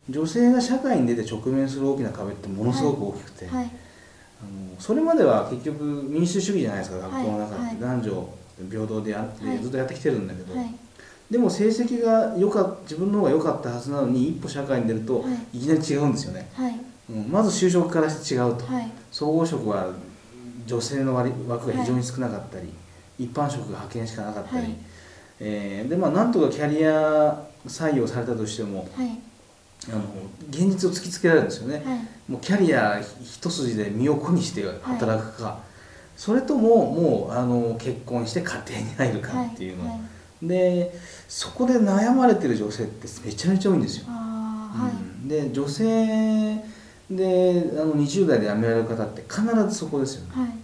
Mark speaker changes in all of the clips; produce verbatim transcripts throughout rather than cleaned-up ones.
Speaker 1: 女性が社会に出て直面する大きな壁ってものすごく大きくて、はいはい、あのそれまでは結局民主主義じゃないですか、学校の中って、はい、男女平等でやって、はい、ずっとやってきてるんだけど、はい、でも成績が良か自分の方が良かったはずなのに一歩社会に出ると、はい、いきなり違うんですよね、はい、うん、まず就職からして違うと、はい、総合職は女性の割枠が非常に少なかったり、はい、一般職が派遣しかなかったり、はい、えー、でまあなんとかキャリア採用されたとしても、はい、あの現実を突きつけられるんですよね、はい、もうキャリア一筋で身を粉にして働くか、はい、それとももうあの結婚して家庭に入るかっていうの、はいはい、でそこで悩まれてる女性ってめちゃめちゃ多いんですよ、あ、はい、うん、で女性であのにじゅう代で辞められる方って必ずそこですよね、はい、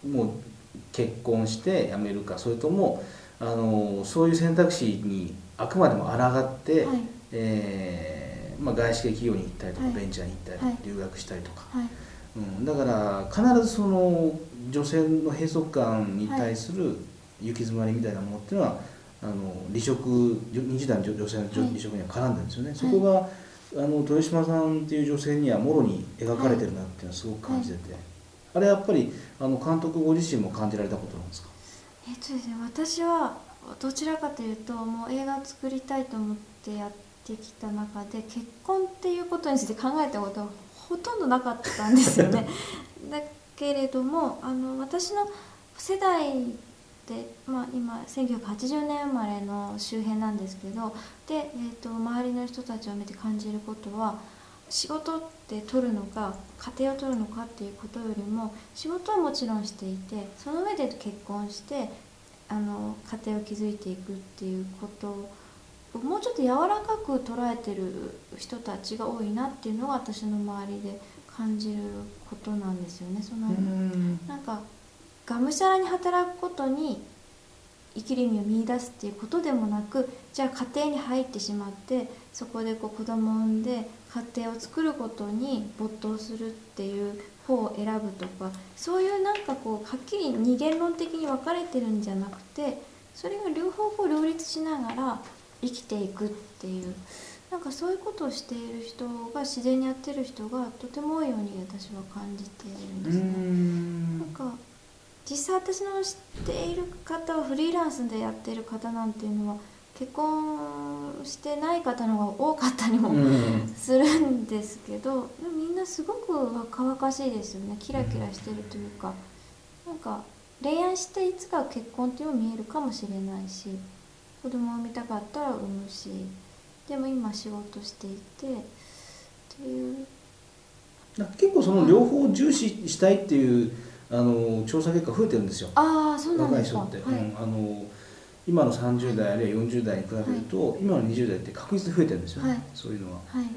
Speaker 1: もう結婚して辞めるか、それともあのそういう選択肢にあくまでも抗って、はい、えーまあ、外資系企業に行ったりとか、はい、ベンチャーに行ったりとか、はい、留学したりとか、はい、うん、だから必ずその女性の閉塞感に対する行き詰まりみたいなものっていうのはあの離職にじゅう代の女性の離職には絡んでるんですよね、はい、そこがあの豊島さんっていう女性にはもろに描かれてるなっていうのはすごく感じてて、はい、あれやっぱりあの監督ご自身も感じられたことなんですか？
Speaker 2: えっとですね、私はどちらかというともう映画を作りたいと思ってやってきた中で結婚っていうことについて考えたことはほとんどなかったんですよねだけれどもあの私の世代で、まあ、今せんきゅうひゃくはちじゅうねん生まれの周辺なんですけどで、えーと、周りの人たちを見て感じることは仕事って取るのか家庭を取るのかっていうことよりも仕事はもちろんしていてその上で結婚してあの家庭を築いていくっていうことをもうちょっと柔らかく捉えてる人たちが多いなっていうのが私の周りで感じることなんですよね。そのなんかがむしゃらに働くことに生きる意味を見出すっていうことでもなくじゃあ家庭に入ってしまってそこでこう子供を産んで家庭を作ることに没頭するっていう方を選ぶとかそういうなんかこうはっきり二元論的に分かれてるんじゃなくてそれが両方こう両立しながら生きていくっていうなんかそういうことをしている人が自然にやってる人がとても多いように私は感じているんですね。んなんか実際私の知っている方はフリーランスでやっている方なんていうのは結婚してない方の方が多かったりもするんですけど、でもみんなすごく若々しいですよね。キラキラしてるというかなんか恋愛していつか結婚っていうのも見えるかもしれないし子供を産みたかったら産むしでも今仕事していてっていう
Speaker 1: 結構その両方重視したいっていうあの調査結果増えてるんですよ。
Speaker 2: ああそうなんですか。
Speaker 1: 若い人って、はい、うん、あの今のさんじゅう代あるいはよんじゅう代に比べると、はい、今のにじゅう代って確実に増えてるんですよね、はい、そういうのは、はい、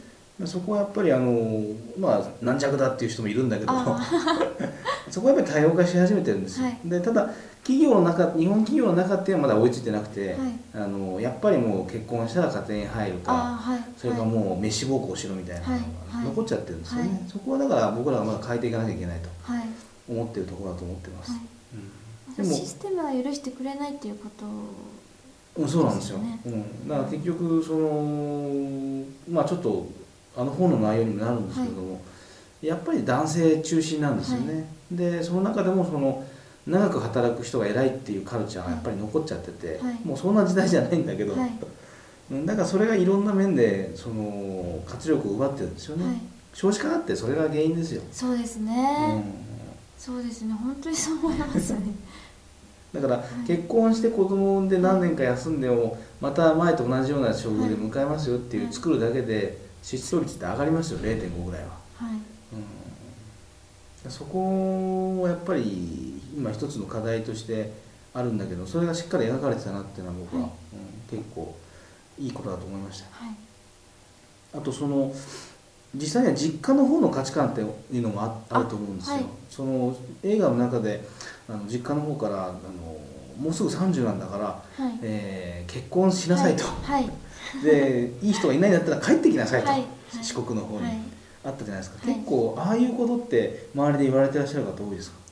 Speaker 1: そこはやっぱりあの、まあ、軟弱だっていう人もいるんだけどそこはやっぱり多様化し始めてるんですよ、はい、でただ企業の中日本企業の中っていうのはまだ追いついてなくて、はい、あのやっぱりもう結婚したら家庭に入るか、はい、それからもう飯奉公しろみたいなのが残っちゃってるんですよね、はい、そこはだから僕らがまだ変えていかなきゃいけないと思ってるところだと思ってます、はい、
Speaker 2: うん、でもシステムは許してくれないっていうこと
Speaker 1: うん、そうなんですよ、うん、だから結局そのまあちょっとあの本の内容にもなるんですけれども、はい、やっぱり男性中心なんですよね、はい、でその中でもその長く働く人が偉いっていうカルチャーがやっぱり残っちゃってて、はい、もうそんな時代じゃないんだけど、はい、だからそれがいろんな面でその活力を奪ってるんですよね、はい、少子化だってそれが原因ですよ。
Speaker 2: そうですね、うん、そうですね、本当にそう思いますね
Speaker 1: だから結婚して子供を産んで何年か休んでもまた前と同じような処遇で迎えますよっていう作るだけで出生率って上がりますよ れいてんご ぐらいは、はい、うん、そこはやっぱり今一つの課題としてあるんだけどそれがしっかり描かれてたなっていうのは僕は、はい、うん、結構いいことだと思いました、はい、あとその実際には実家の方の価値観っていうのも あ, あると思うんですよ、はい、その映画の中であの実家の方からあのもうすぐさんじゅうなんだから、はい、えー、結婚しなさいと、はいはい、でいい人がいないんだったら帰ってきなさいと、はい、四国の方に、はい、あったじゃないですか、はい、結構ああいうことって周りで言われてらっしゃる方多いですか？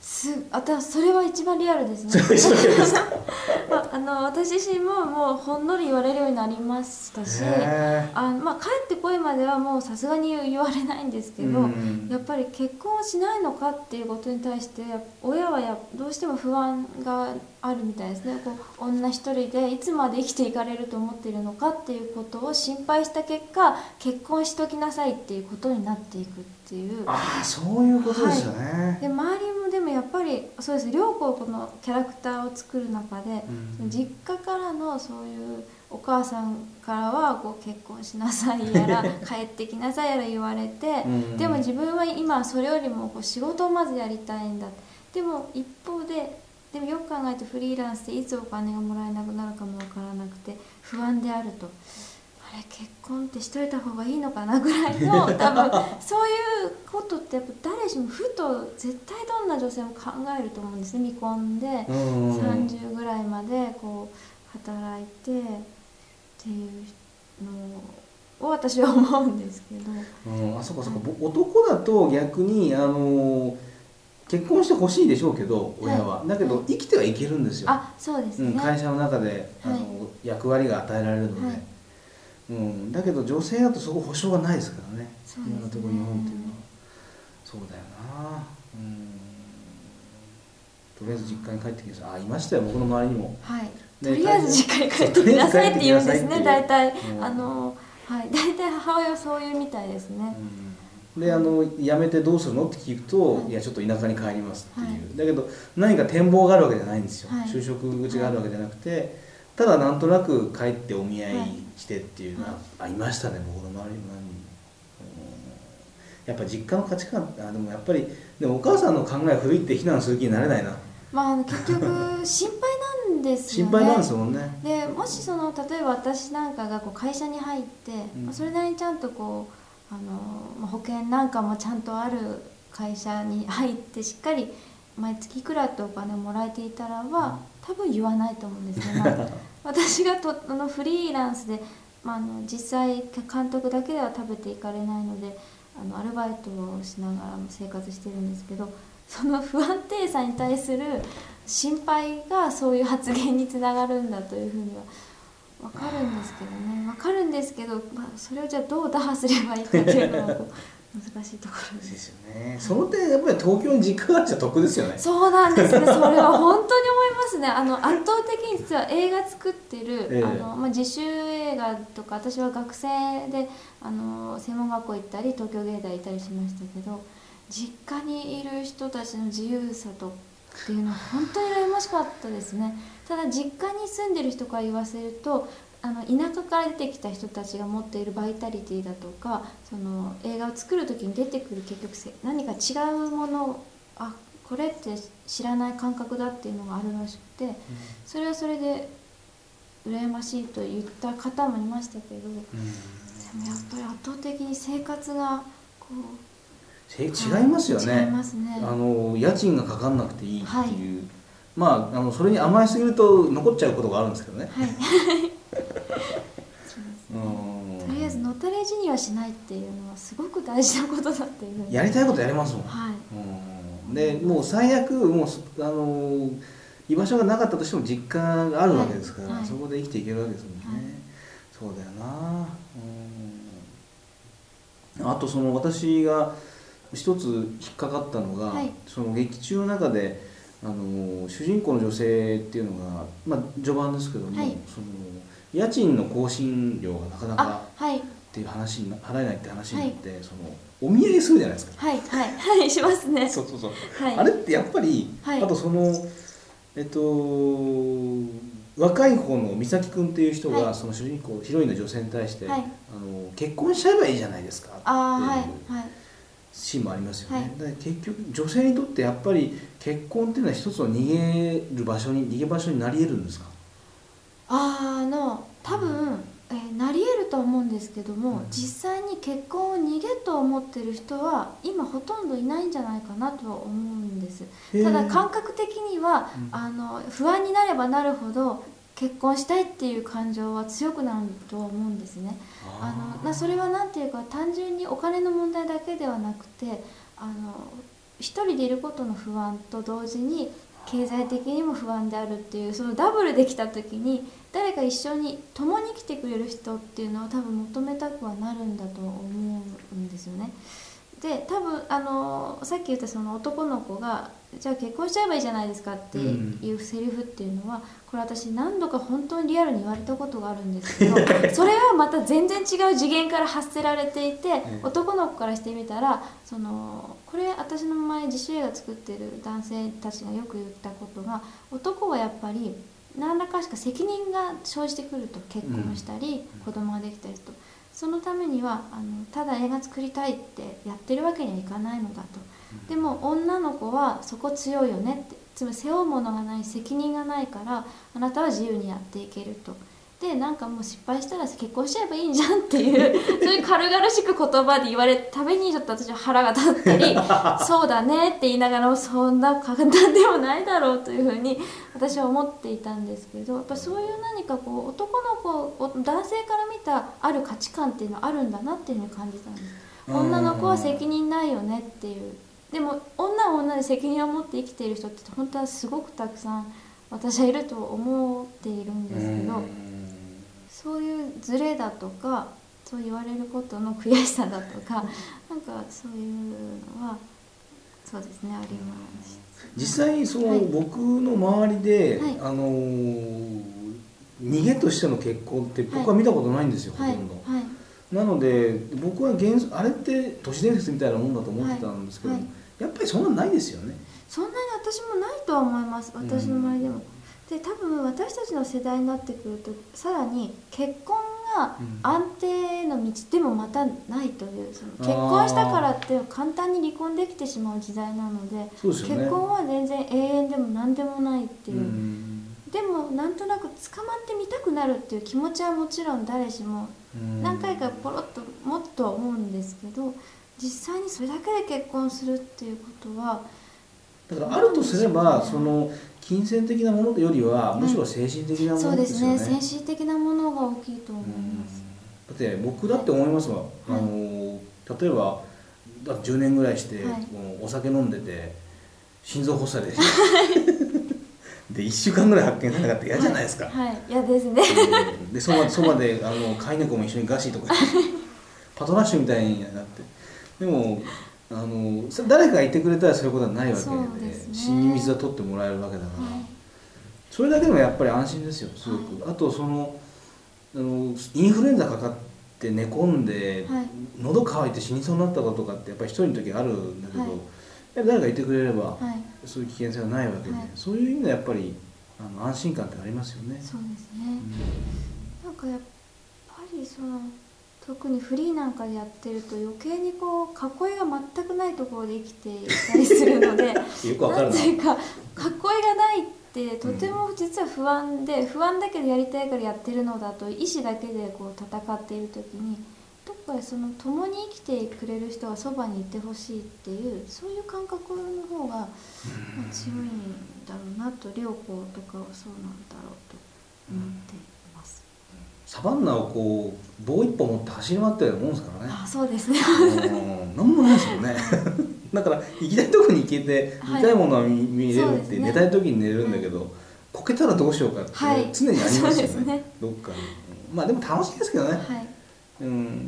Speaker 2: すあたそれは一番リアルですね。まあ、あの私自身ももうほんのり言われるようになりましたし、あ、まあ、帰ってこいまではもうさすがに言われないんですけど、うん、やっぱり結婚をしないのかっていうことに対して親はやどうしても不安があるみたいですね。こう女一人でいつまで生きていかれると思っているのかっていうことを心配した結果、結婚しときなさいっていうことになっていくっていう。
Speaker 1: ああ、そういうことですよね。
Speaker 2: はい、で周りもでもやっぱりそうですね、涼子このキャラクターを作る中で、うん、実家からのそういうお母さんからはこう結婚しなさいやら帰ってきなさいやら言われて、うん、でも自分は今それよりもこう仕事をまずやりたいんだ。でも一方ででもよく考えてフリーランスでいつお金がもらえなくなるかもわからなくて不安であると。あれ結婚ってしといた方がいいのかなぐらいの多分そういうことってやっぱ誰しもふと絶対どんな女性も考えると思うんですね。未婚でさんじゅうぐらいまでこう働いてっていうのを私は思うんですけど、
Speaker 1: うん、あそうかそうか、はい、男だと逆にあの結婚してほしいでしょうけど親は、はい、だけど生きてはいけるんですよ。
Speaker 2: あ、そうですね、
Speaker 1: うん、会社の中であの、はい、役割が与えられるので、はい、うん、だけど女性だとそこ保証がないですからね。
Speaker 2: そうですね、
Speaker 1: 今のところ日本っていうのはそうだよな。うん、とりあえず実家に帰ってきなさい。あ、いましたよ僕の周りにも、
Speaker 2: はい、とりあえず実家に帰ってきなさいって言うんですね大体、うん、あの、はい、大体母親はそういうみたいですね、
Speaker 1: うん、であの辞めてどうするのって聞くと、はい、いやちょっと田舎に帰りますっていう、はい、だけど何か展望があるわけじゃないんですよ、はい、就職口があるわけじゃなくて、はい、ただなんとなく帰ってお見合いしてっていうのは、はい、あ、いましたね僕の周りにも何人も。やっぱ実家の価値観、あでもやっぱりでもお母さんの考え古いって非難する気になれないな。
Speaker 2: まあ結局心配なんですよね。
Speaker 1: 心配なんですもんね。
Speaker 2: でもしその例えば私なんかがこう会社に入って、うん、それなりにちゃんとこうあの保険なんかもちゃんとある会社に入ってしっかり毎月いくらってお金をもらえていたらは多分言わないと思うんですね。まあ、私がとあのフリーランスで、まあ、あの実際監督だけでは食べていかれないのであのアルバイトをしながらも生活してるんですけど、その不安定さに対する心配がそういう発言につながるんだというふうには分かるんですけどね、分かるんですけど、まあ、それをじゃあどう打破すればいいかというのは難しいところです。
Speaker 1: ですよね。その点やっぱり東京に実家があっちゃ得ですよね。
Speaker 2: そうなんですね。それは本当に思いますね。あの圧倒的に実は映画作ってる、えーあのまあ、自主映画とか私は学生であの専門学校行ったり東京芸大行ったりしましたけど、実家にいる人たちの自由さとっていうのは本当に羨ましかったですね。ただ実家に住んでる人から言わせるとあの田舎から出てきた人たちが持っているバイタリティだとかその映画を作る時に出てくる結局何か違うものをあこれって知らない感覚だっていうのがあるらしくて、うん、それはそれで羨ましいと言った方もいましたけど、うん、でもやっぱり圧倒的に生活がこう
Speaker 1: 違いますよね。
Speaker 2: 違いますね。
Speaker 1: あの家賃がかかんなくていいっていう、はい、まあ、あのそれに甘えすぎると残っちゃうことがあるんですけどね、はい
Speaker 2: とりあえずのたれ死にはしないっていうのはすごく大事なことだっていう
Speaker 1: やりたいことやれますもん、
Speaker 2: はい、
Speaker 1: うんでもう最悪もうあの居場所がなかったとしても実家があるわけですから、はいはい、そこで生きていけるわけですもんね、はい、そうだよな。うんあとその私が一つ引っかかったのが、はい、その劇中の中であの主人公の女性っていうのが、まあ、序盤ですけども、はい、その家賃の更新料がなかなかっていう話に払えないって話になって、はい、そのお見合いするじゃないですか。
Speaker 2: はいはいはいしますね。
Speaker 1: そうそうそう、はい、あれってやっぱり、はい、あとそのえっと若い方の美咲くんっていう人が、はい、その主人公ヒロインの女性に対して、はい、あの結婚しちゃえばいいじゃないですかっていう、はいはい、シーンもありますよね、はい、だから結局女性にとってやっぱり結婚っていうのは一つの逃げる場所に逃げ場所になり得るんですか？
Speaker 2: あの多分、うんえー、なり得ると思うんですけども、うん、実際に結婚を逃げと思ってる人は今ほとんどいないんじゃないかなとは思うんです。ただ感覚的には、うん、あの不安になればなるほど結婚したいっていう感情は強くなるとは思うんですね。あのまあ、それはなんていうか単純にお金の問題だけではなくてあの一人でいることの不安と同時に経済的にも不安であるっていう、そのダブルできた時に誰か一緒に共に来てくれる人っていうのは多分求めたくはなるんだと思うんですよね。で多分あのさっき言ったその男の子がじゃあ結婚しちゃえばいいじゃないですかっていうセリフっていうのは、これ私何度か本当にリアルに言われたことがあるんですけどそれはまた全然違う次元から発せられていて、男の子からしてみたらそのこれ私の前自主映画作ってる男性たちがよく言ったことが、男はやっぱり何らかしか責任が生じてくると、結婚したり子供ができたりと、そのためにはあのただ映画作りたいってやってるわけにはいかないのだと。でも女の子はそこ強いよねって、つまり背負うものがない、責任がないからあなたは自由にやっていけると。でなんかもう失敗したら結婚しちゃえばいいんじゃんっていうそういう軽々しく言葉で言われるたびにちょっと私は腹が立ったりそうだねって言いながらもそんな簡単でもないだろうというふうに私は思っていたんですけど、やっぱそういう何かこう男の子、男性から見たある価値観っていうのはあるんだなっていうふうに感じたんです。女の子は責任ないよねっていう。でも女は女で責任を持って生きている人って本当はすごくたくさん私はいると思っているんですけど、そういうズレだとかそう言われることの悔しさだとかなんかそういうのはそうですねあります。
Speaker 1: 実際その、はい、僕の周りで、はい、あのー、逃げとしての結婚って僕は見たことないんですよ、はい、ほとんど、はいはい、なので僕は原あれって都市伝説みたいなもんだと思ってたんですけど、はいはい、やっぱりそんなないですよね。
Speaker 2: そんなに私もないとは思います、私の周りでも。で多分私たちの世代になってくるとさらに結婚が安定の道でもまたないという、その結婚したからって簡単に離婚できてしまう時代なの で, で、ね、結婚は全然永遠でも何でもないっていう、うん、でもなんとなく捕まってみたくなるっていう気持ちはもちろん誰しも何回かポロッともっと思うんですけど、実際にそれだけで結婚するっていうことは
Speaker 1: だからあるとすれば、その金銭的なものよりはむしろ精神的なものですよね、
Speaker 2: はい、そうですね、精神的なものが大きいと思います。
Speaker 1: だって僕だって思いますわ、はい、あの例えばだってじゅうねんぐらいして、はい、お酒飲んでて心臓発作ででいっしゅうかんぐらい発見されなかったら嫌じゃないですか。
Speaker 2: はい、嫌、はい、ですね。
Speaker 1: でそばそばであの飼い猫も一緒にガシとかパトラッシュみたいになって、でもあの誰かがいてくれたらそういうことはないわけ で, で、ね、死に水は取ってもらえるわけだから、はい、それだけでもやっぱり安心ですよすごく、はい、あとそのあのインフルエンザかかって寝込んで、はい、喉乾いて死にそうになったこととかってやっぱり一人の時あるんだけど、はい、やっぱり誰かいてくれれば、はい、そういう危険性はないわけで、はい、そういう意味でやっぱりあの安心感ってありますよね。
Speaker 2: そうですね、うん、なんかやっぱりその特にフリーなんかでやってると余計にこう囲いが全くないところで生きていたりするのでよ
Speaker 1: くわかるな。
Speaker 2: なんていうか囲いがないってとても実は不安で、うん、不安だけどやりたいからやってるのだと意志だけでこう戦っている時にどっかその共に生きてくれる人がそばにいてほしいっていうそういう感覚の方が、まあ、強いんだろうなと、良子とかはそうなんだろうと思っています。
Speaker 1: サバンナをこう棒一本持って走り回ってるようなもんですからね。
Speaker 2: あ、そうですね。
Speaker 1: なんもないですよね。だから行きたいとこに行けて、はい、見たいものは 見, 見れるって、ね、寝たい時に寝れるんだけど、はい、こけたらどうしようかって常にありますよね。はい、どっかに。まあでも楽しいですけどね。はい、うん。なるほどな。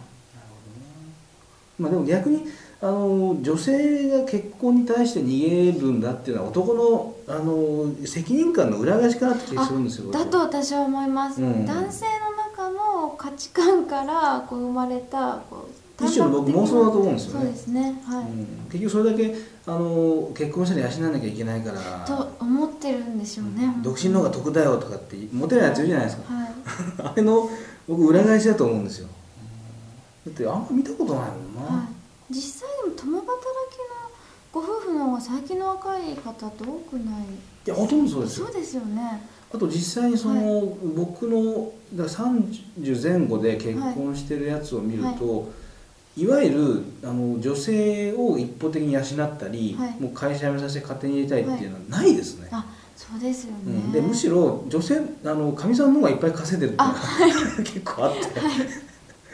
Speaker 1: まあでも逆にあの女性が結婚に対して逃げるんだっていうのは男のあの責任感の裏返しかなって気がするんですよ。
Speaker 2: だと私は思います。うん、男性の中の価値観からこう生まれたこう
Speaker 1: 一種の僕妄想だと思うんですよね。
Speaker 2: そうですね。はい。うん、
Speaker 1: 結局それだけあの結婚したら養わなきゃいけないから
Speaker 2: と思ってるんでしょうね。
Speaker 1: うん、独身の方が得だよとかってモテないやついるじゃないですか。
Speaker 2: はい。
Speaker 1: あれの僕裏返しだと思うんですよ。だってあんま見たことないもんな。はい、
Speaker 2: 実際でも共働きのご夫婦の方が最近の若い方って多くない？い
Speaker 1: やほとんどそうですよ。
Speaker 2: そうですよね。
Speaker 1: あと実際にその、はい、僕のだからさんじゅうぜん後で結婚してるやつを見ると、はいはい、いわゆるあの女性を一方的に養ったり、はい、もう会社辞めさせて家庭に入れたいっていうのはないですね。
Speaker 2: はい、あ、そうですよね。うん、
Speaker 1: でむしろ女性あのかみさんの方がいっぱい稼いでるっていうのが結構あって、はい、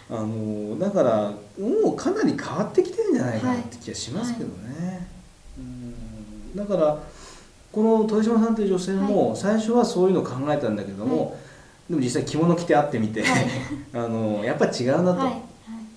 Speaker 1: あのだからもうかなり変わってきてるんじゃないかなって気がしますけどね、はいはい、うんだからこの豊島さんという女性も最初はそういうのを考えたんだけども、はい、でも実際着物着て会ってみて、はい、あのやっぱり違うなと、はいはいうん、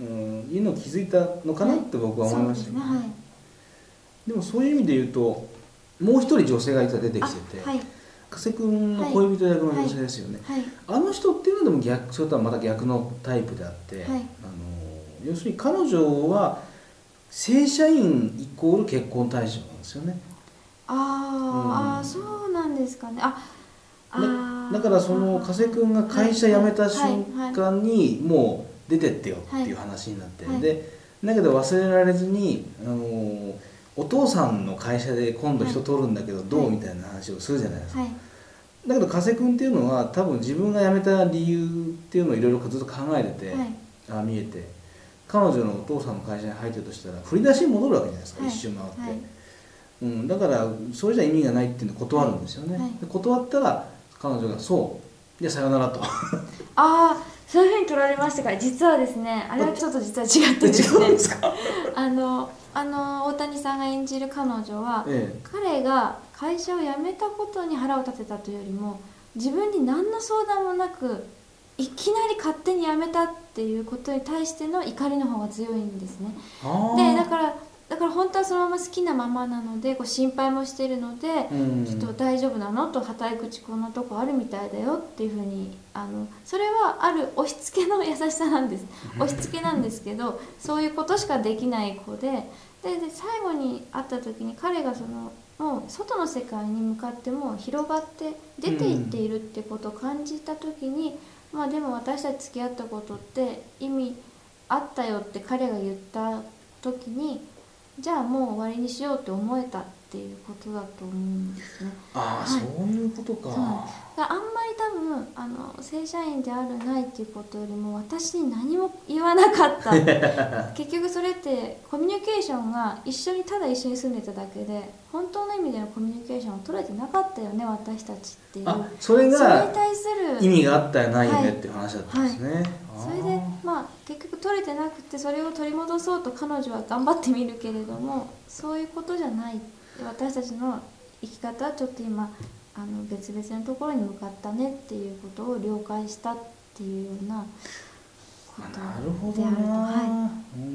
Speaker 1: いうのを気づいたのかなって僕は思いましたけど、ねはい、でもそういう意味で言うともう一人女性が実は出てきてて、はい、加瀬君の恋人役の女性ですよね、はいはい、あの人っていうのでも逆それとはまた逆のタイプであって、はい、あの要するに彼女は正社員イコール結婚対象なんですよね。
Speaker 2: あ、うん、あそうなんですかね。あ
Speaker 1: あだからその加瀬君が会社辞めた瞬間にもう出てってよっていう話になって、はいはい、でだけど忘れられずにあのお父さんの会社で今度人取るんだけどどう、はい、みたいな話をするじゃないですか、はい、だけど加瀬君っていうのは多分自分が辞めた理由っていうのをいろいろずっと考えてて、はい、あ見えて彼女のお父さんの会社に入ってるとしたら振り出しに戻るわけじゃないですか、はい、一周回って、はいうん、だからそれじゃ意味がないっていうのを断るんですよね、はいはい、で断ったら彼女がそうじゃあさよならとあ
Speaker 2: あそういうふうに取られましたから実はですねあれはちょっと実は違ってですね
Speaker 1: 違うんですか
Speaker 2: あのあの大谷さんが演じる彼女は、ええ、彼が会社を辞めたことに腹を立てたというよりも自分に何の相談もなくいきなり勝手に辞めたっていうことに対しての怒りの方が強いんですね。でだからだから本当はそのまま好きなままなのでこう心配もしているので、うん、ちょっと大丈夫なのと働く口こんなとこあるみたいだよっていうふうにあのそれはある押し付けの優しさなんです押し付けなんですけどそういうことしかできない子で で, で最後に会った時に彼がそのもう外の世界に向かってもう広がって出ていっているってことを感じた時に、うん、まあでも私たち付き合ったことって意味あったよって彼が言った時にじゃあもう終わりにしようって思えたっていうことだと思うんですね。
Speaker 1: ああ、はい、そういうことか。
Speaker 2: そうなんです。だからあんまり多分あの正社員であるないっていうことよりも私に何も言わなかった結局それってコミュニケーションが一緒にただ一緒に住んでただけで本当の意味でのコミュニケーションを取れてなかったよね私たちっていう。
Speaker 1: あ、それがそれに対する意味があったよないよねっていう話だったんですね、はいはい、
Speaker 2: それでまあ結局取れてなくてそれを取り戻そうと彼女は頑張ってみるけれどもそういうことじゃない私たちの生き方はちょっと今あの別々のところに向かったねっていうことを了解したっていうようなことであると。
Speaker 1: なるほどな、はい、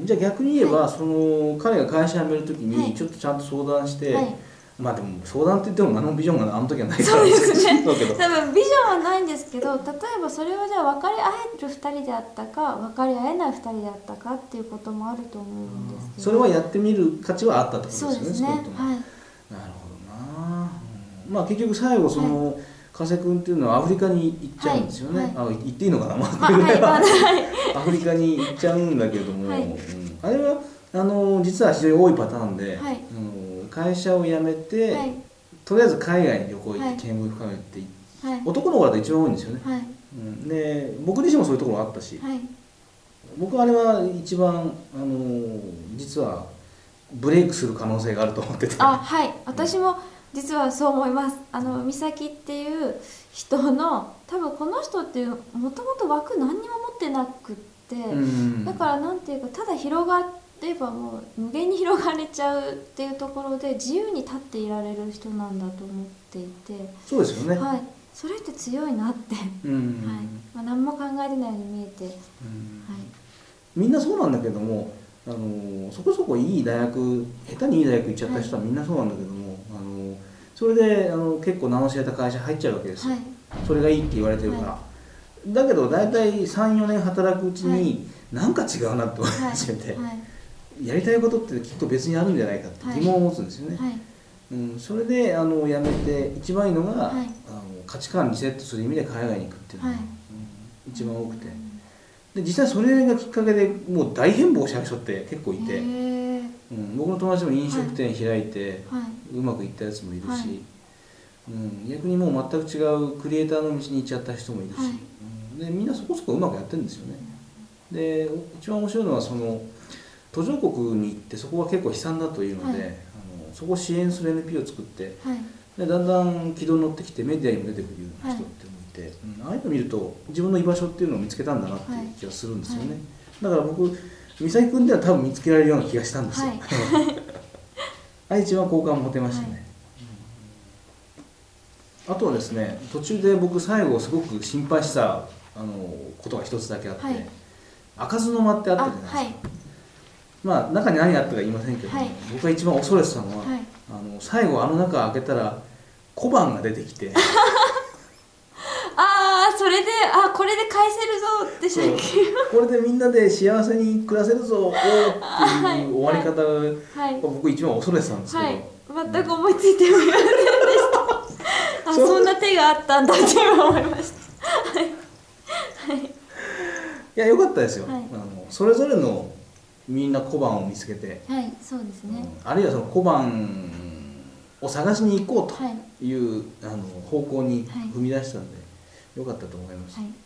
Speaker 1: じゃあ逆に言えば、はい、その彼が会社辞めるときにちょっとちゃんと相談して、はい、まあでも相談って言っても何のビジョンがあの時はないから
Speaker 2: そうですね多分ビジョンはないんですけど例えばそれはじゃあ分かり合えるふたりであったか分かり合えないふたりであったかっていうこともあると思うんですけど
Speaker 1: それはやってみる価値はあったってことですよね。
Speaker 2: そうですね、はい、なる
Speaker 1: ほどな、うん、まあ結局最後その、はい、加瀬君っていうのはアフリカに行っちゃうんですよね、はいはい、あ行っていいのかな、まあはいまあ、アフリカに行っちゃうんだけども、はいうん、あれはあの実は非常に多いパターンで、はいうん、会社を辞めて、はい、とりあえず海外に旅行行って見聞深めて、はい、男の子だと一番多いんですよね、はいうん、で僕自身もそういうところがあったし、はい、僕はあれは一番あの実はブレイクする可能性があると思ってて
Speaker 2: あはい私も実はそう思います。あの美咲っていう人の多分この人っていうもともと枠何にも持ってなくって、うん、だからなんていうかただ広がればもう無限に広がれちゃうっていうところで自由に立っていられる人なんだと思っていて
Speaker 1: そうですよね、
Speaker 2: はい、それって強いなって、うんはいまあ、何も考えてないように見えて、うんはい、
Speaker 1: みんなそうなんだけどもあのそこそこいい大学下手にいい大学行っちゃった人はみんなそうなんだけども、はい、あのそれであの結構名の知れた会社入っちゃうわけですよ、はい、それがいいって言われてるから、はい、だけど大体 さんよねん働くうちに、はい、なんか違うなって思い始めて、はいはい、やりたいことってきっと別にあるんじゃないかって疑問を持つんですよね、はいうん、それであの辞めて一番いいのが、はい、あの価値観リセットする意味で海外に行くっていうのが、はいうん、一番多くてで実際それがきっかけでもう大変貌した人って結構いて、うん、僕の友達も飲食店開いて、はい、うまくいったやつもいるし、はいうん、逆にもう全く違うクリエイターの道に行っちゃった人もいるし、はいうん、でみんなそこそこうまくやってるんですよね。で一番面白いのはその途上国に行ってそこは結構悲惨だというので、はい、あのそこを支援する エヌピーオー を作って、はい、でだんだん軌道に乗ってきてメディアにも出てくるような人っていうのもいて、はいうん、ああいうのを見ると自分の居場所っていうのを見つけたんだなっていう気がするんですよね、はいはいだから僕美咲君では多分見つけられるような気がしたんですよ、はい、愛知は好感持てましたね、はい、あとはですね途中で僕最後すごく心配したあのことが一つだけあって、はい、開かずの間ってあったじゃないですか、はい、まあ中に何あったか言いませんけど、はい、僕が一番恐れてたのは、はい、あの最後あの中開けたら小判が出てきて
Speaker 2: ああそれであこれで返せるぞって借金
Speaker 1: これでみんなで幸せに暮らせるぞおーっていう終わり方が、はいはい、僕一番恐れてたんですけど、はい、
Speaker 2: 全く思いついてもいませんでしたあ そ, そんな手があったんだって思いましたはい、
Speaker 1: はい、いや良かったですよ、はい、あのそれぞれのみんな小判を見つけて、
Speaker 2: はいそうですね、
Speaker 1: うん、あるいはその小判を探しに行こうという、はい、あの方向に踏み出したんで、はい、良かったと思います。はい